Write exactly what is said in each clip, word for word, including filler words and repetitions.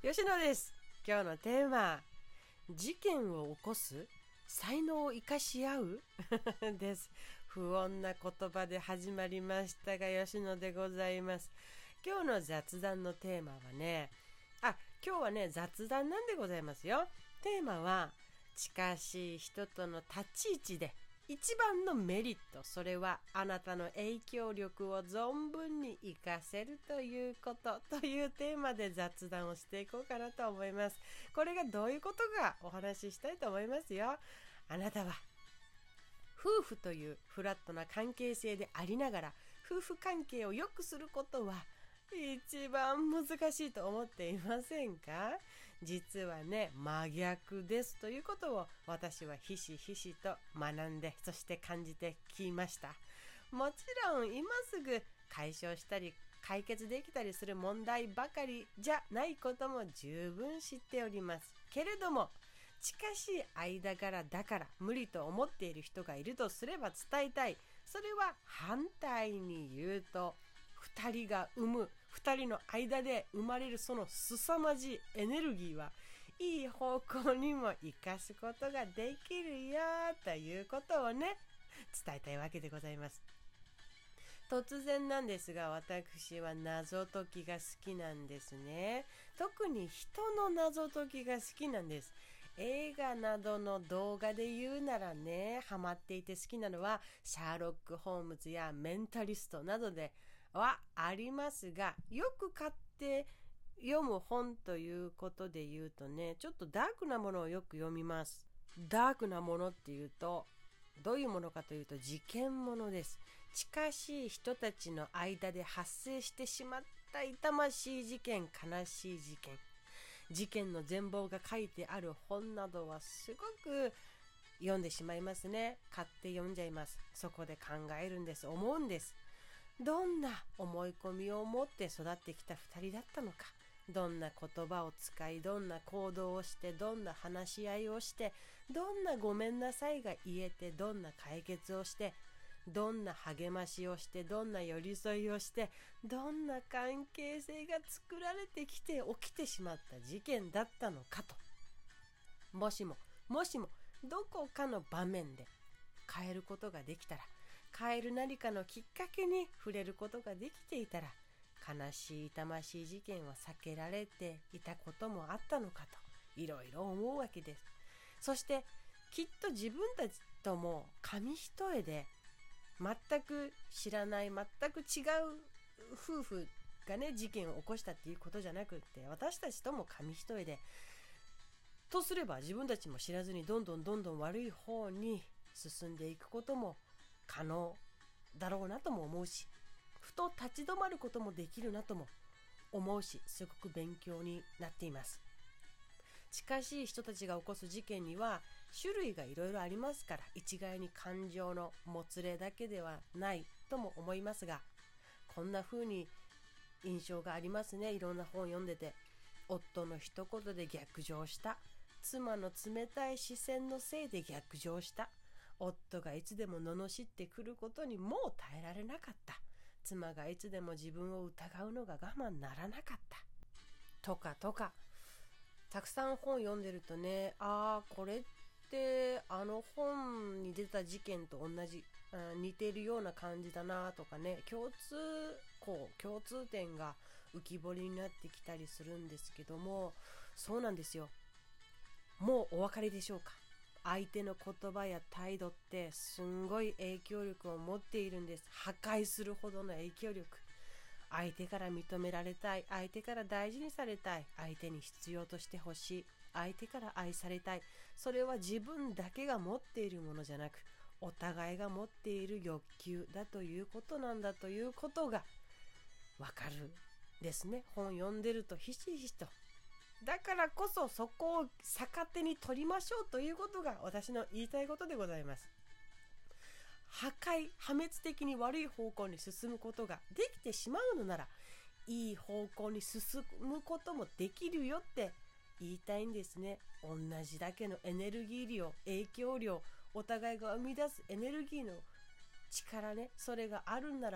吉野です。今日のテーマ、事件を起こす才能を生かし合うです。不穏な言葉で始まりましたが、吉野でございます。今日の雑談のテーマはね、あ、今日はね、雑談なんでございますよ。テーマは、近しい人との立ち位置で一番のメリット、それはあなたの影響力を存分に活かせるということというテーマで雑談をしていこうかなと思います。これがどういうことかお話ししたいと思いますよ。あなたは夫婦というフラットな関係性でありながら、夫婦関係を良くすることは一番難しいと思っていませんか？実はね、真逆ですということを私はひしひしと学んで、そして感じてきました。もちろん今すぐ解消したり解決できたりする問題ばかりじゃないことも十分知っておりますけれども、近しい間柄だから無理と思っている人がいるとすれば伝えたい。それは反対に言うと、二人が生む、二人の間で生まれるその凄まじいエネルギーはいい方向にも生かすことができるよということをね、伝えたいわけでございます。突然なんですが、私は謎解きが好きなんですね。特に人の謎解きが好きなんです。映画などの動画で言うならね、ハマっていて好きなのはシャーロック・ホームズやメンタリストなどではありますが、よく買って読む本ということで言うとね、ちょっとダークなものをよく読みます。ダークなものっていうと、どういうものかというと事件ものです。近しい人たちの間で発生してしまった痛ましい事件、悲しい事件。事件の全貌が書いてある本などはすごく読んでしまいますね。買って読んじゃいます。そこで考えるんです。思うんです。どんな思い込みを持って育ってきた二人だったのか。どんな言葉を使い、どんな行動をして、どんな話し合いをして、どんなごめんなさいが言えて、どんな解決をして、どんな励ましをして、どんな寄り添いをして、どんな関係性が作られてきて起きてしまった事件だったのかと。もしも、もしも、どこかの場面で変えることができたら、変える何かのきっかけに触れることができていたら、悲しい痛ましい事件は避けられていたこともあったのかと、いろいろ思うわけです。そしてきっと自分たちとも紙一重で、全く知らない、全く違う夫婦がね、事件を起こしたっていうことじゃなくって、私たちとも紙一重で、とすれば自分たちも知らずにどんどんどんどん悪い方に進んでいくことも可能だろうなとも思うし、ふと立ち止まることもできるなとも思うし、すごく勉強になっています。近しい人たちが起こす事件には種類がいろいろありますから、一概に感情のもつれだけではないとも思いますが、こんな風に印象がありますね。いろんな本を読んでて、夫の一言で逆上した、妻の冷たい視線のせいで逆上した、夫がいつでも罵ってくることにもう耐えられなかった、妻がいつでも自分を疑うのが我慢ならなかったとかとか、たくさん本読んでるとね、ああこれってあの本に出た事件と同じ、うん、似てるような感じだなとかね、共通項共通点が浮き彫りになってきたりするんですけども、そうなんですよ。もうお分かりでしょうか。相手の言葉や態度ってすんごい影響力を持っているんです。破壊するほどの影響力。相手から認められたい、相手から大事にされたい、相手に必要としてほしい、相手から愛されたい。それは自分だけが持っているものじゃなく、お互いが持っている欲求だということなんだということがわかるですね。本読んでるとひしひしと。だからこそそこを逆手に取りましょうということが私の言いたいことでございます。破壊、破滅的に悪い方向に進むことができてしまうのなら、いい方向に進むこともできるよって言いたいんですね。同じだけのエネルギー量、影響量、お互いが生み出すエネルギーの力ね、それがあるんなら、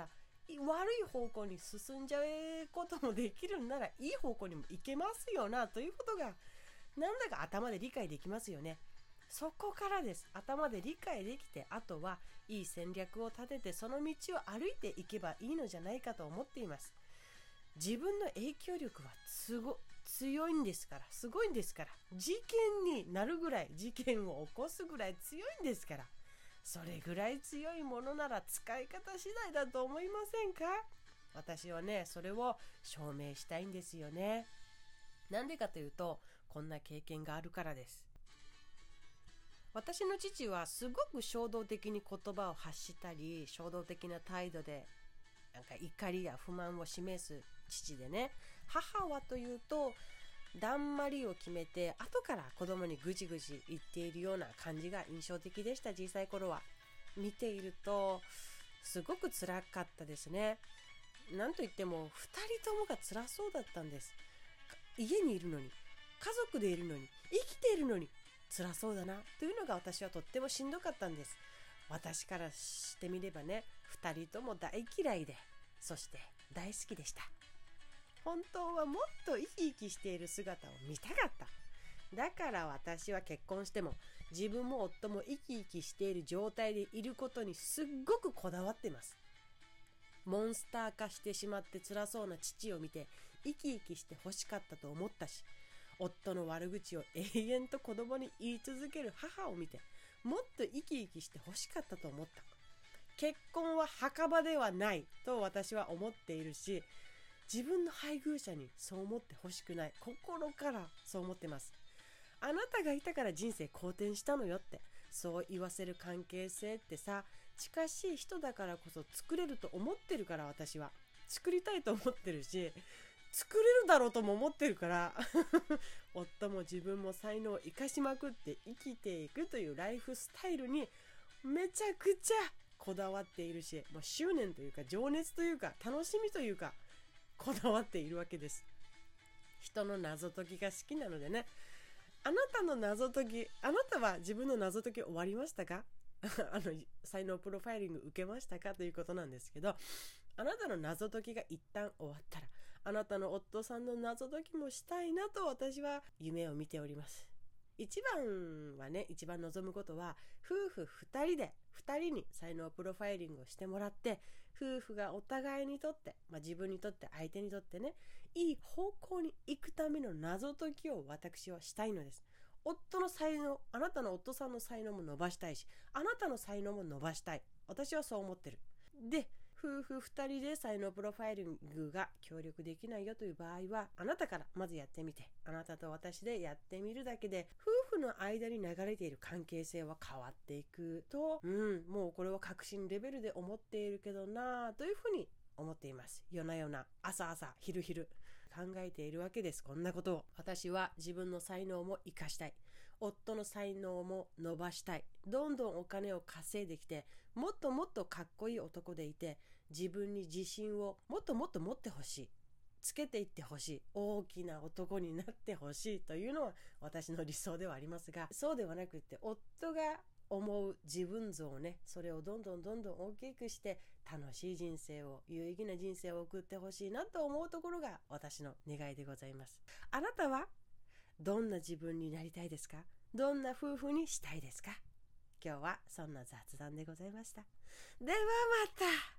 悪い方向に進んじゃうこともできるなら、いい方向にも行けますよなということがなんだか頭で理解できますよね。そこからです。頭で理解できて、あとはいい戦略を立ててその道を歩いていけばいいのじゃないかと思っています。自分の影響力はすご強いんですから、すごいんですから、事件になるぐらい、事件を起こすぐらい強いんですから、それぐらい強いものなら使い方次第だと思いませんか？私はね、それを証明したいんですよね。なんでかというと、こんな経験があるからです。私の父はすごく衝動的に言葉を発したり、衝動的な態度でなんか怒りや不満を示す父でね、母はというとだんまりを決めて後から子供にぐじぐじ言っているような感じが印象的でした。小さい頃は見ているとすごく辛かったですね。なんといってもふたりともが辛そうだったんです。家にいるのに、家族でいるのに、生きているのに辛そうだなというのが私はとってもしんどかったんです。私からしてみればね、ふたりとも大嫌いで、そして大好きでした。本当はもっと生き生きしている姿を見たかった。だから私は結婚しても自分も夫も生き生きしている状態でいることにすっごくこだわっています。モンスター化してしまって辛そうな父を見て生き生きして欲しかったと思ったし、夫の悪口を永遠と子供に言い続ける母を見てもっと生き生きして欲しかったと思った。結婚は墓場ではないと私は思っているし、自分の配偶者にそう思ってほしくない。心からそう思ってます。あなたがいたから人生好転したのよって、そう言わせる関係性ってさ、近しい人だからこそ作れると思ってるから、私は作りたいと思ってるし、作れるだろうとも思ってるから夫も自分も才能を生かしまくって生きていくというライフスタイルにめちゃくちゃこだわっているし、もう執念というか情熱というか楽しみというかこだわっているわけです。人の謎解きが好きなのでね。あなたの謎解き、あなたは自分の謎解き終わりましたか？あの才能プロファイリング受けましたかということなんですけど、あなたの謎解きが一旦終わったら、あなたの夫さんの謎解きもしたいなと私は夢を見ております。一番はね、一番望むことは夫婦二人で二人に才能プロファイリングをしてもらって、夫婦がお互いにとって、まあ、自分にとって相手にとってね、いい方向に行くための謎解きを私はしたいのです。夫の才能、あなたの夫さんの才能も伸ばしたいし、あなたの才能も伸ばしたい。私はそう思ってる。で、夫婦二人で才能プロファイリングが協力できないよという場合は、あなたからまずやってみて、あなたと私でやってみるだけで夫婦の間に流れている関係性は変わっていくと、うん、もうこれは確信レベルで思っているけどなというふうに思っています。夜な夜な、朝朝、昼昼考えているわけです。こんなことを。私は自分の才能も生かしたい。夫の才能も伸ばしたい。どんどんお金を稼いできて、もっともっとかっこいい男でいて、自分に自信をもっともっと持ってほしい。つけていってほしい。大きな男になってほしいというのは私の理想ではありますが、そうではなくって、夫が思う自分像をね、それをどんどんどんどん大きくして楽しい人生を、有意義な人生を送ってほしいなと思うところが私の願いでございます。あなたはどんな自分になりたいですか？どんな夫婦にしたいですか？今日はそんな雑談でございました。ではまた。